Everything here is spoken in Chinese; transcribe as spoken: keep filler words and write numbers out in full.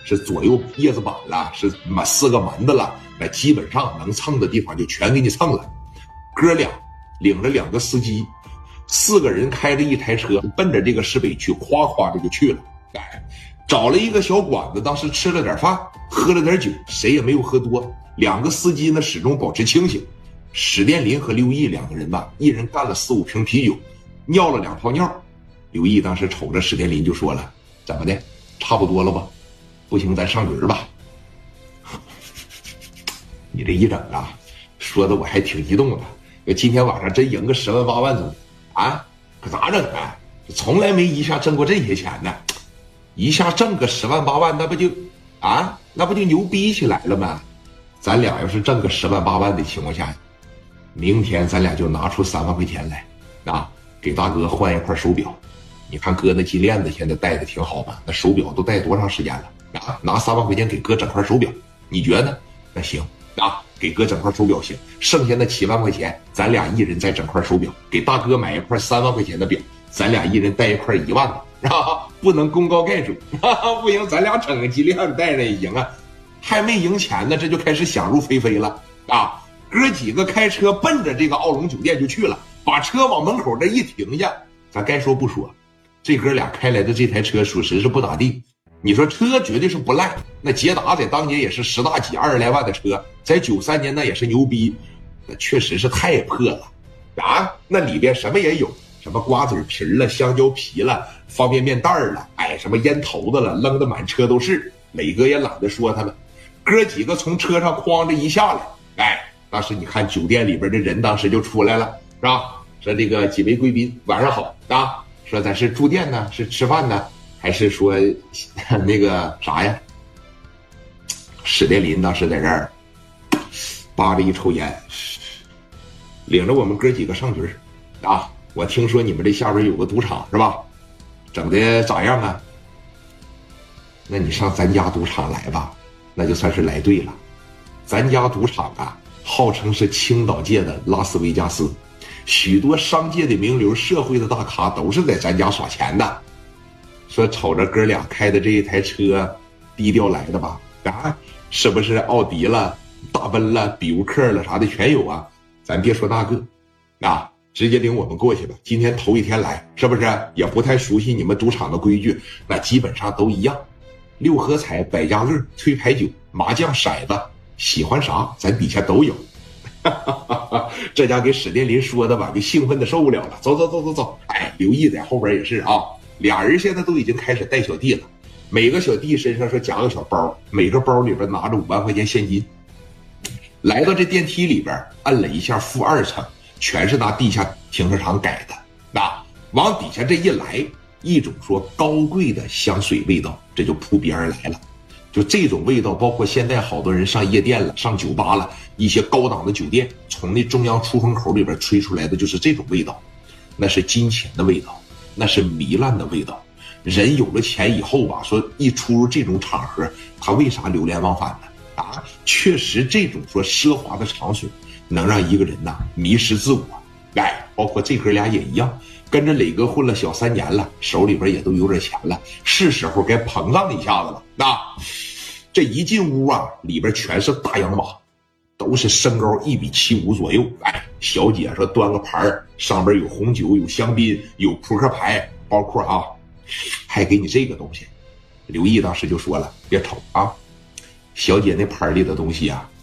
是左右叶子板了，是满四个门子了，那基本上能蹭的地方就全给你蹭了。哥俩领着两个司机，四个人开着一台车，奔着这个市北区夸夸的就去了。哎，找了一个小馆子，当时吃了点饭，喝了点酒，谁也没有喝多。两个司机呢始终保持清醒。史殿林和刘毅两个人吧，一人干了四五瓶啤酒，尿了两泡尿。刘毅当时瞅着史殿林就说了：“怎么的，差不多了吧？不行，咱上局吧。”你这一整啊，说的我还挺激动的。今天晚上真赢个十万八万总啊，可咋整啊？从来没一下挣过这些钱呢，一下挣个十万八万，那不就啊，那不就牛逼起来了吗？咱俩要是挣个十万八万的情况下，明天咱俩就拿出三万块钱来啊，给大哥换一块手表。你看哥那金链子现在戴的挺好吧？那手表都戴多长时间了啊？拿三万块钱给哥整块手表，你觉得？那行啊，给哥整块手表行。剩下那七万块钱，咱俩一人再整块手表，给大哥买一块三万块钱的表，咱俩一人带一块一万的，啊，不能功高盖主，啊，不行，咱俩整个金链子戴着也行啊。还没赢钱呢，这就开始想入非非了啊！哥几个开车奔着这个奥龙酒店就去了，把车往门口这一停下，咱该说不说，这哥俩开来的这台车属实是不咋地。你说车绝对是不赖，那捷达在当年也是十大几二十来万的车，在九三年那也是牛逼，那确实是太破了啊！那里边什么也有，什么瓜子皮了、香蕉皮了、方便面袋了，哎，什么烟头子了，扔的满车都是。磊哥也懒得说他们。哥几个从车上哐着一下来，哎，当时你看酒店里边的人当时就出来了，是吧？说这个几位贵宾晚上好啊，说咱是住店呢，是吃饭呢，还是说那个啥呀？史殿林当时在这儿扒着一抽烟，领着我们哥几个上局啊。我听说你们这下边有个赌场是吧？整的咋样啊？那你上咱家赌场来吧。那就算是来对了，咱家赌场啊，号称是青岛界的拉斯维加斯，许多商界的名流、社会的大咖都是在咱家耍钱的。说瞅着哥俩开的这一台车，低调来的吧？啊，是不是奥迪了、大奔了、比乌克了啥的全有啊？咱别说那个，啊，直接领我们过去吧。今天头一天来，是不是也不太熟悉你们赌场的规矩？那基本上都一样。六合彩、百家乐、推牌九、麻将、骰子，喜欢啥咱底下都有。这家给史殿林说的吧，就兴奋的受不了了。走走走走走，哎，刘毅在后边也是啊，俩人现在都已经开始带小弟了，每个小弟身上说夹个小包，每个包里边拿着五万块钱现金。来到这电梯里边，按了一下负二层，全是拿地下停车场改的。那往底下这一来，一种说高贵的香水味道，这就扑鼻而来了。就这种味道，包括现在好多人上夜店了、上酒吧了，一些高档的酒店，从那中央出风口里边吹出来的就是这种味道，那是金钱的味道，那是糜烂的味道。人有了钱以后吧，说一出入这种场合，他为啥流连忘返呢？啊，确实这种说奢华的场所，能让一个人呐迷失自我。哎，包括这哥俩也一样。跟着磊哥混了小三年了，手里边也都有点钱了，是时候该膨胀一下子了。那这一进屋啊，里边全是大洋马，都是身高一米七五左右。哎，小姐说端个盘儿，上边有红酒、有香槟、有扑克牌，包括啊，还给你这个东西。刘毅当时就说了：“别瞅啊，小姐那盘里的东西啊，